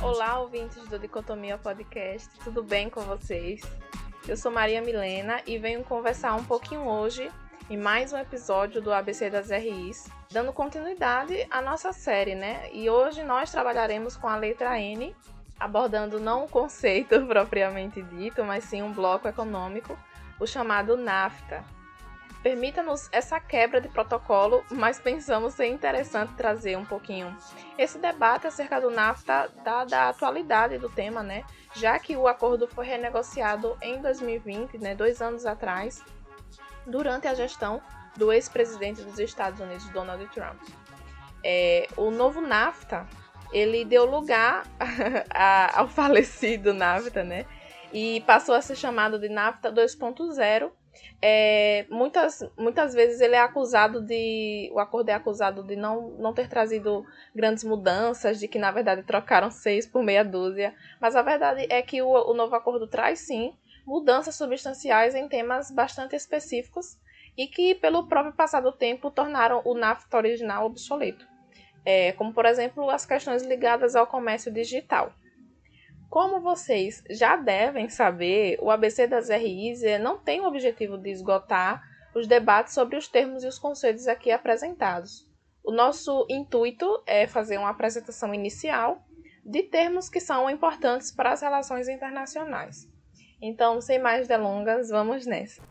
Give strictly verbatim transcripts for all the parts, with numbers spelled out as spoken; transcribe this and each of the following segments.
Olá, ouvintes do Dicotomia Podcast, tudo bem com vocês? Eu sou Maria Milena e venho conversar um pouquinho hoje em mais um episódio do A B C das R Is, dando continuidade à nossa série, né? E hoje nós trabalharemos com a letra N, abordando não um conceito propriamente dito, mas sim um bloco econômico, o chamado NAFTA. Permita-nos essa quebra de protocolo, mas pensamos ser interessante trazer um pouquinho esse debate acerca do NAFTA, dada a atualidade do tema, né? Já que o acordo foi renegociado em dois mil e vinte, né, dois anos atrás, durante a gestão do ex-presidente dos Estados Unidos, Donald Trump. É, o novo NAFTA, ele deu lugar a, ao falecido NAFTA, né? E passou a ser chamado de NAFTA dois ponto zero. É, muitas, muitas vezes ele é acusado de, o acordo é acusado de não, não ter trazido grandes mudanças, de que na verdade trocaram seis por meia dúzia, mas a verdade é que o, o novo acordo traz sim mudanças substanciais em temas bastante específicos e que pelo próprio passar do tempo tornaram o NAFTA original obsoleto, é, como por exemplo as questões ligadas ao comércio digital. Como vocês já devem saber, o A B C das R Is não tem o objetivo de esgotar os debates sobre os termos e os conceitos aqui apresentados. O nosso intuito é fazer uma apresentação inicial de termos que são importantes para as relações internacionais. Então, sem mais delongas, vamos nessa.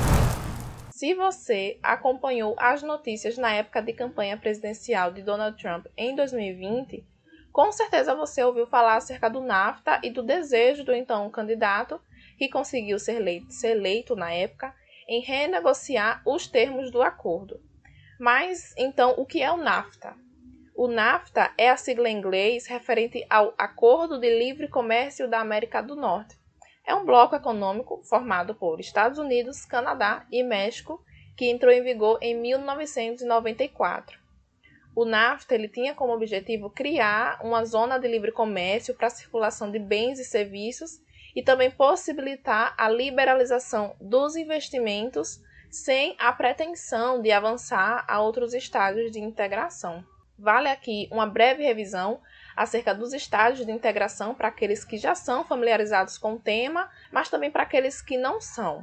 Se você acompanhou as notícias na época de campanha presidencial de Donald Trump em dois mil e vinte, com certeza você ouviu falar acerca do NAFTA e do desejo do então candidato, que conseguiu ser eleito, ser eleito na época, em renegociar os termos do acordo. Mas, então, o que é o NAFTA? O NAFTA é a sigla em inglês referente ao Acordo de Livre Comércio da América do Norte. É um bloco econômico formado por Estados Unidos, Canadá e México, que entrou em vigor em mil novecentos e noventa e quatro. O NAFTA ele tinha como objetivo criar uma zona de livre comércio para a circulação de bens e serviços e também possibilitar a liberalização dos investimentos sem a pretensão de avançar a outros estágios de integração. Vale aqui uma breve revisão acerca dos estágios de integração para aqueles que já são familiarizados com o tema, mas também para aqueles que não são.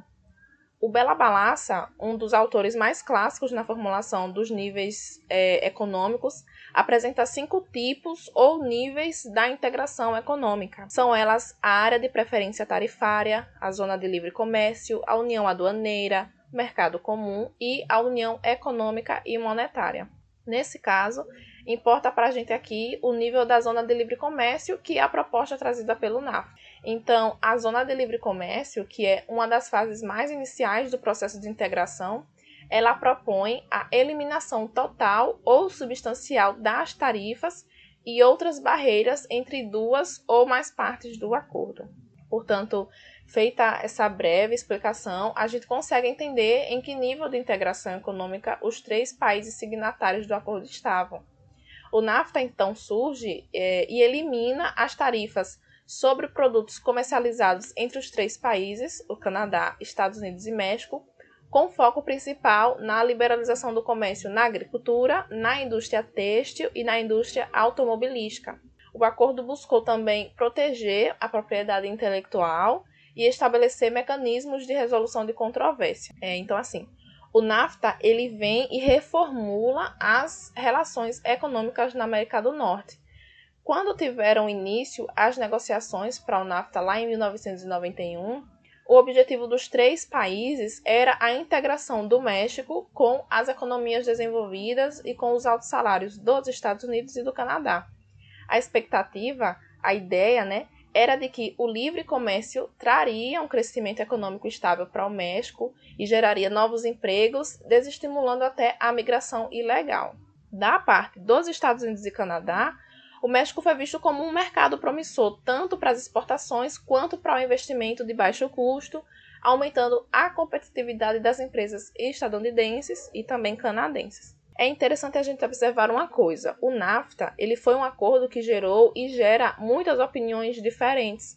O Bela Balassa, um dos autores mais clássicos na formulação dos níveis é, econômicos, apresenta cinco tipos ou níveis da integração econômica. São elas a área de preferência tarifária, a zona de livre comércio, a união aduaneira, o mercado comum e a união econômica e monetária. Nesse caso, importa para a gente aqui o nível da zona de livre comércio, que é a proposta trazida pelo NAFTA. Então, a zona de livre comércio, que é uma das fases mais iniciais do processo de integração, ela propõe a eliminação total ou substancial das tarifas e outras barreiras entre duas ou mais partes do acordo. Portanto, feita essa breve explicação, a gente consegue entender em que nível de integração econômica os três países signatários do acordo estavam. O NAFTA, então, surge é, e elimina as tarifas sobre produtos comercializados entre os três países, o Canadá, Estados Unidos e México, com foco principal na liberalização do comércio na agricultura, na indústria têxtil e na indústria automobilística. O acordo buscou também proteger a propriedade intelectual e estabelecer mecanismos de resolução de controvérsia. É, então, assim, o NAFTA ele vem e reformula as relações econômicas na América do Norte. Quando tiveram início as negociações para o NAFTA lá em mil novecentos e noventa e um, o objetivo dos três países era a integração do México com as economias desenvolvidas e com os altos salários dos Estados Unidos e do Canadá. A expectativa, a ideia, né, era de que o livre comércio traria um crescimento econômico estável para o México e geraria novos empregos, desestimulando até a migração ilegal. Da parte dos Estados Unidos e Canadá, o México foi visto como um mercado promissor tanto para as exportações quanto para o investimento de baixo custo, aumentando a competitividade das empresas estadunidenses e também canadenses. É interessante a gente observar uma coisa, o NAFTA ele foi um acordo que gerou e gera muitas opiniões diferentes.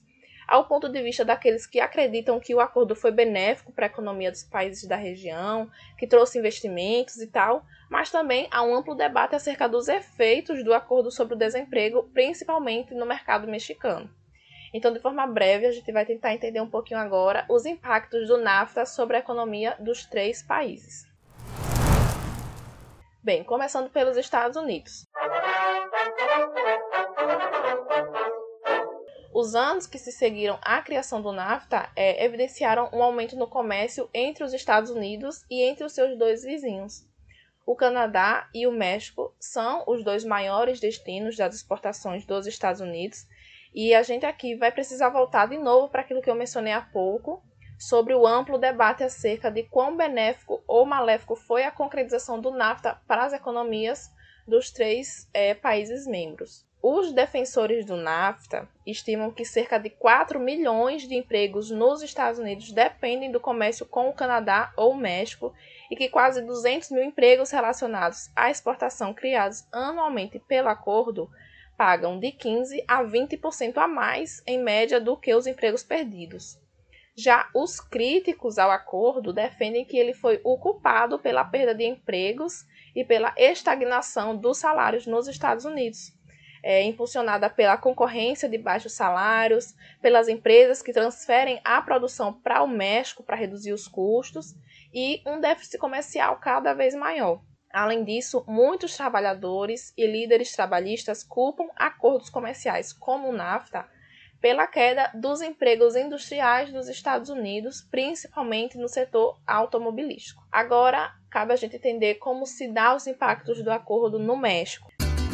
ao ponto de vista daqueles que acreditam que o acordo foi benéfico para a economia dos países da região, que trouxe investimentos e tal, mas também há um amplo debate acerca dos efeitos do acordo sobre o desemprego, principalmente no mercado mexicano. Então, de forma breve, a gente vai tentar entender um pouquinho agora os impactos do NAFTA sobre a economia dos três países. Bem, começando pelos Estados Unidos. Os anos que se seguiram à criação do NAFTA é, evidenciaram um aumento no comércio entre os Estados Unidos e entre os seus dois vizinhos. O Canadá e o México são os dois maiores destinos das exportações dos Estados Unidos, e a gente aqui vai precisar voltar de novo para aquilo que eu mencionei há pouco, sobre o amplo debate acerca de quão benéfico ou maléfico foi a concretização do NAFTA para as economias dos três é, países membros. Os defensores do NAFTA estimam que cerca de quatro milhões de empregos nos Estados Unidos dependem do comércio com o Canadá ou o México e que quase duzentos mil empregos relacionados à exportação criados anualmente pelo acordo pagam de quinze a vinte por cento a mais, em média, do que os empregos perdidos. Já os críticos ao acordo defendem que ele foi o culpado pela perda de empregos e pela estagnação dos salários nos Estados Unidos, é, impulsionada pela concorrência de baixos salários, pelas empresas que transferem a produção para o México para reduzir os custos e um déficit comercial cada vez maior. Além disso, muitos trabalhadores e líderes trabalhistas culpam acordos comerciais como o NAFTA pela queda dos empregos industriais dos Estados Unidos, principalmente no setor automobilístico. Agora, cabe a gente entender como se dá os impactos do acordo no México.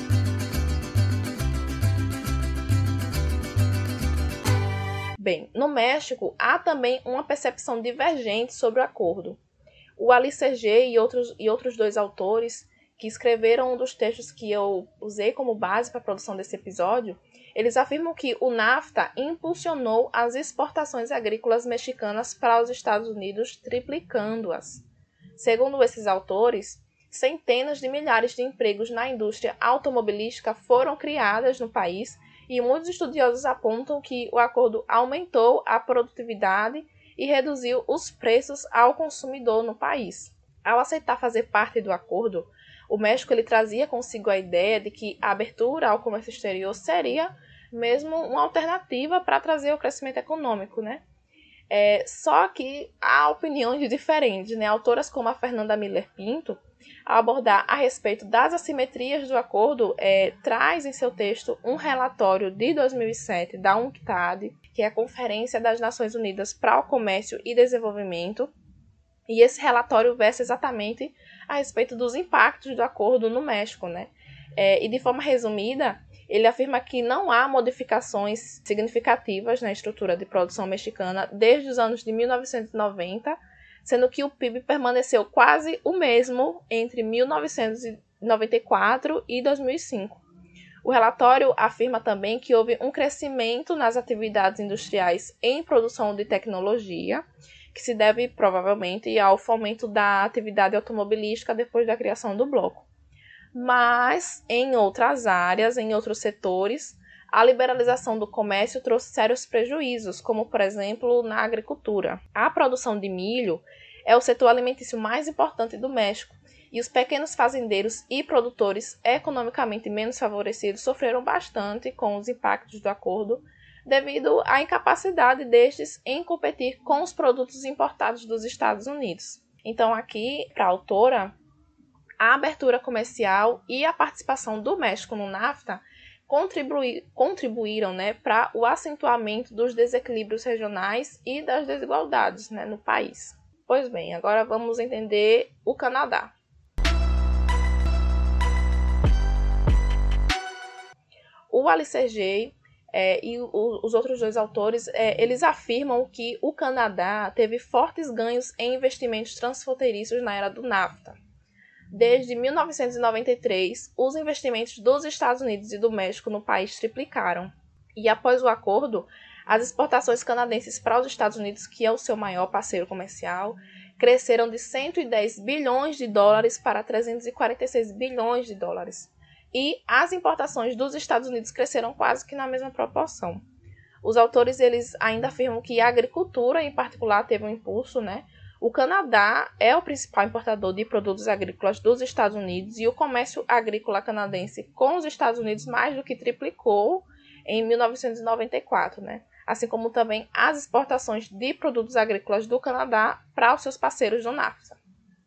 Bem, no México há também uma percepção divergente sobre o acordo. O Alicer G e outros, e outros dois autores que escreveram um dos textos que eu usei como base para a produção desse episódio, eles afirmam que o NAFTA impulsionou as exportações agrícolas mexicanas para os Estados Unidos, triplicando-as. Segundo esses autores, centenas de milhares de empregos na indústria automobilística foram criadas no país e muitos estudiosos apontam que o acordo aumentou a produtividade e reduziu os preços ao consumidor no país. Ao aceitar fazer parte do acordo, o México ele trazia consigo a ideia de que a abertura ao comércio exterior seria mesmo uma alternativa para trazer o crescimento econômico, né? É, só que há opiniões diferentes, né? Autoras como a Fernanda Miller Pinto, ao abordar a respeito das assimetrias do acordo, é, traz em seu texto um relatório de dois mil e sete da UNCTAD, que é a Conferência das Nações Unidas para o Comércio e Desenvolvimento, e esse relatório versa exatamente a respeito dos impactos do acordo no México, né? É, e de forma resumida, ele afirma que não há modificações significativas na estrutura de produção mexicana desde os anos de mil novecentos e noventa, sendo que o P I B permaneceu quase o mesmo entre mil novecentos e noventa e quatro e dois mil e cinco. O relatório afirma também que houve um crescimento nas atividades industriais em produção de tecnologia, que se deve provavelmente ao fomento da atividade automobilística depois da criação do bloco. Mas, em outras áreas, em outros setores, a liberalização do comércio trouxe sérios prejuízos, como, por exemplo, na agricultura. A produção de milho é o setor alimentício mais importante do México, e os pequenos fazendeiros e produtores economicamente menos favorecidos sofreram bastante com os impactos do acordo, devido à incapacidade destes em competir com os produtos importados dos Estados Unidos. Então, aqui, para a autora, a abertura comercial e a participação do México no NAFTA contribui, contribuíram, né, para o acentuamento dos desequilíbrios regionais e das desigualdades, né, no país. Pois bem, agora vamos entender o Canadá. O Alicer G é, e o, os outros dois autores, é, eles afirmam que o Canadá teve fortes ganhos em investimentos transfronteiriços na era do NAFTA. Desde mil novecentos e noventa e três, os investimentos dos Estados Unidos e do México no país triplicaram. E após o acordo, as exportações canadenses para os Estados Unidos, que é o seu maior parceiro comercial, cresceram de cento e dez bilhões de dólares para trezentos e quarenta e seis bilhões de dólares. E as importações dos Estados Unidos cresceram quase que na mesma proporção. Os autores eles ainda afirmam que a agricultura, em particular, teve um impulso, né? O Canadá é o principal importador de produtos agrícolas dos Estados Unidos e o comércio agrícola canadense com os Estados Unidos mais do que triplicou em mil novecentos e noventa e quatro, né? Assim como também as exportações de produtos agrícolas do Canadá para os seus parceiros do NAFTA.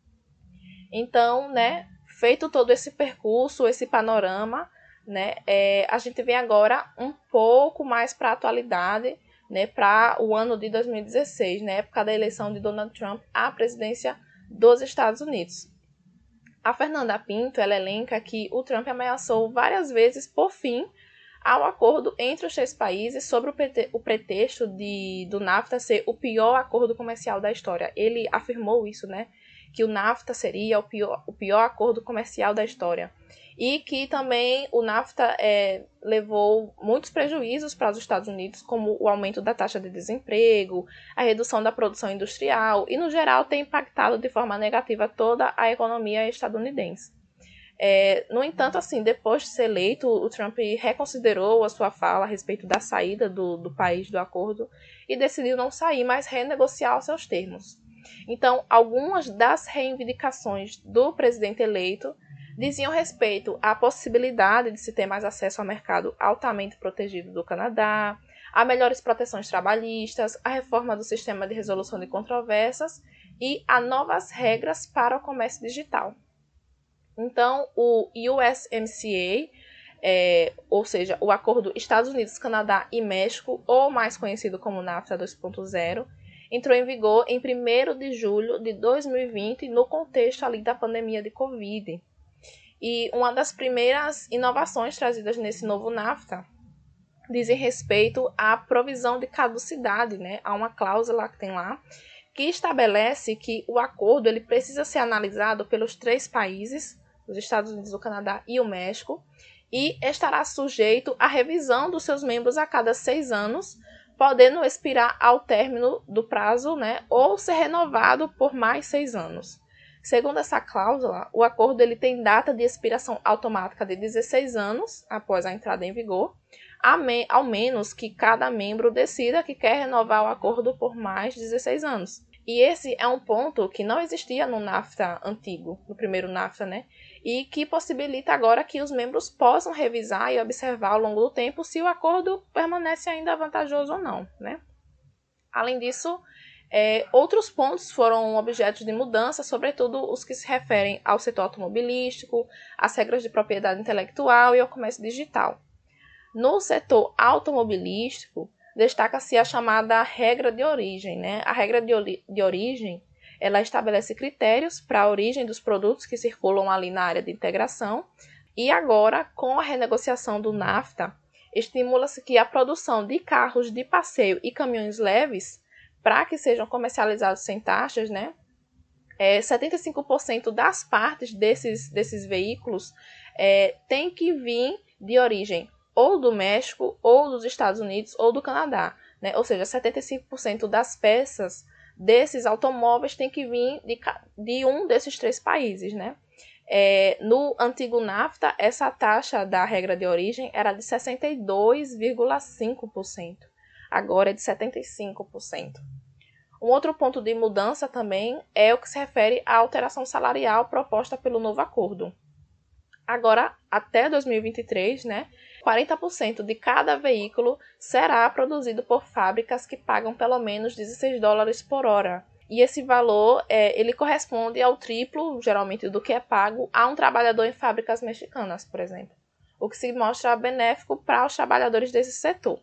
Então, né, feito todo esse percurso, esse panorama, né, é, a gente vem agora um pouco mais para a atualidade, né, para o ano de dois mil e dezesseis, na época da eleição de Donald Trump à presidência dos Estados Unidos. A Fernanda Pinto ela elenca que o Trump ameaçou várias vezes por fim ao acordo entre os três países sobre o, prete- o pretexto de, do NAFTA ser o pior acordo comercial da história. Ele afirmou isso, né, que o NAFTA seria o pior, o pior acordo comercial da história. E que também o NAFTA é, levou muitos prejuízos para os Estados Unidos, como o aumento da taxa de desemprego, a redução da produção industrial e, no geral, tem impactado de forma negativa toda a economia estadunidense. É, no entanto, assim, depois de ser eleito, o Trump reconsiderou a sua fala a respeito da saída do, do país do acordo e decidiu não sair, mas renegociar os seus termos. Então, algumas das reivindicações do presidente eleito diziam respeito à possibilidade de se ter mais acesso ao mercado altamente protegido do Canadá, a melhores proteções trabalhistas, a reforma do sistema de resolução de controvérsias e a novas regras para o comércio digital. Então, o U S M C A, é, ou seja, o Acordo Estados Unidos, Canadá e México, ou mais conhecido como NAFTA dois ponto zero, entrou em vigor em primeiro de julho de dois mil e vinte, no contexto ali da pandemia de Covid. E uma das primeiras inovações trazidas nesse novo NAFTA dizem respeito à provisão de caducidade, né? Há uma cláusula que tem lá que estabelece que o acordo ele precisa ser analisado pelos três países, os Estados Unidos, o Canadá e o México, e estará sujeito à revisão dos seus membros a cada seis anos, podendo expirar ao término do prazo, né? Ou ser renovado por mais seis anos. Segundo essa cláusula, o acordo ele tem data de expiração automática de dezesseis anos após a entrada em vigor, ao menos que cada membro decida que quer renovar o acordo por mais dezesseis anos. E esse é um ponto que não existia no NAFTA antigo, no primeiro NAFTA, né? E que possibilita agora que os membros possam revisar e observar ao longo do tempo se o acordo permanece ainda vantajoso ou não, né? Além disso, É, outros pontos foram objetos de mudança, sobretudo os que se referem ao setor automobilístico, às regras de propriedade intelectual e ao comércio digital. No setor automobilístico, destaca-se a chamada regra de origem, né? A regra de, ori- de origem ela estabelece critérios para a origem dos produtos que circulam ali na área de integração e agora, com a renegociação do NAFTA, estimula-se que a produção de carros de passeio e caminhões leves para que sejam comercializados sem taxas, né? É, setenta e cinco por cento das partes desses, desses veículos é, tem que vir de origem ou do México, ou dos Estados Unidos, ou do Canadá, né? Ou seja, setenta e cinco por cento das peças desses automóveis tem que vir de, de um desses três países, né? É, no antigo NAFTA, essa taxa da regra de origem era de sessenta e dois vírgula cinco por cento. Agora é de setenta e cinco por cento. Um outro ponto de mudança também é o que se refere à alteração salarial proposta pelo novo acordo. Agora, até dois mil e vinte e três, né, quarenta por cento de cada veículo será produzido por fábricas que pagam pelo menos dezesseis dólares por hora. E esse valor é, ele corresponde ao triplo, geralmente, do que é pago a um trabalhador em fábricas mexicanas, por exemplo. O que se mostra benéfico para os trabalhadores desse setor.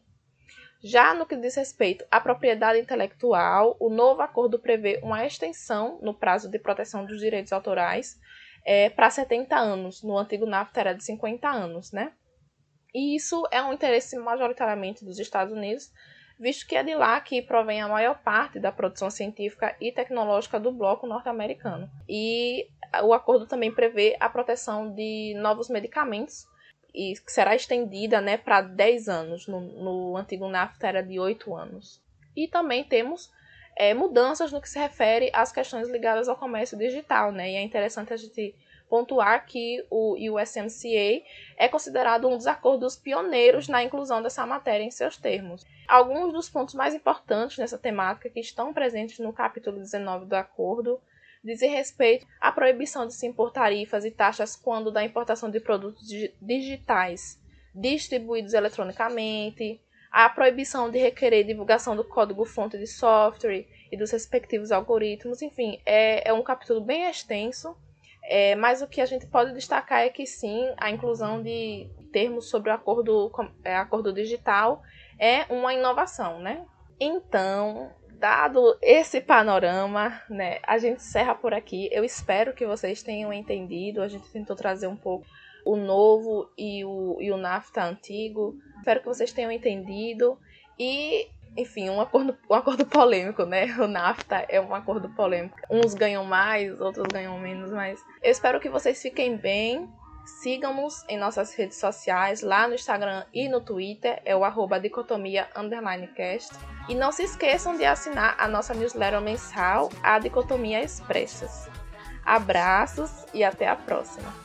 Já no que diz respeito à propriedade intelectual, o novo acordo prevê uma extensão no prazo de proteção dos direitos autorais é, para setenta anos. No antigo NAFTA era de cinquenta anos, né? E isso é um interesse majoritariamente dos Estados Unidos, visto que é de lá que provém a maior parte da produção científica e tecnológica do bloco norte-americano. E o acordo também prevê a proteção de novos medicamentos, e que será estendida, né, para dez anos. No, no antigo NAFTA era de oito anos. E também temos é, mudanças no que se refere às questões ligadas ao comércio digital, né? E é interessante a gente pontuar que o U S M C A é considerado um dos acordos pioneiros na inclusão dessa matéria em seus termos. Alguns dos pontos mais importantes nessa temática que estão presentes no capítulo dezenove do acordo dizem respeito à proibição de se impor tarifas e taxas quando da importação de produtos digitais distribuídos eletronicamente, a proibição de requerer divulgação do código-fonte de software e dos respectivos algoritmos. Enfim, é, é um capítulo bem extenso, é, mas o que a gente pode destacar é que sim, a inclusão de termos sobre o acordo, é, acordo digital é uma inovação, né? Então, dado esse panorama, né, a gente encerra por aqui. Eu espero que vocês tenham entendido. A gente tentou trazer um pouco o novo e o, e o NAFTA antigo. Espero que vocês tenham entendido. E, enfim, um acordo, um acordo polêmico, né? O NAFTA é um acordo polêmico. Uns ganham mais, outros ganham menos, mas eu espero que vocês fiquem bem. Sigam-nos em nossas redes sociais, lá no Instagram e no Twitter, é o arroba dicotomia underline cast. E não se esqueçam de assinar a nossa newsletter mensal, a Dicotomia Expressas. Abraços e até a próxima!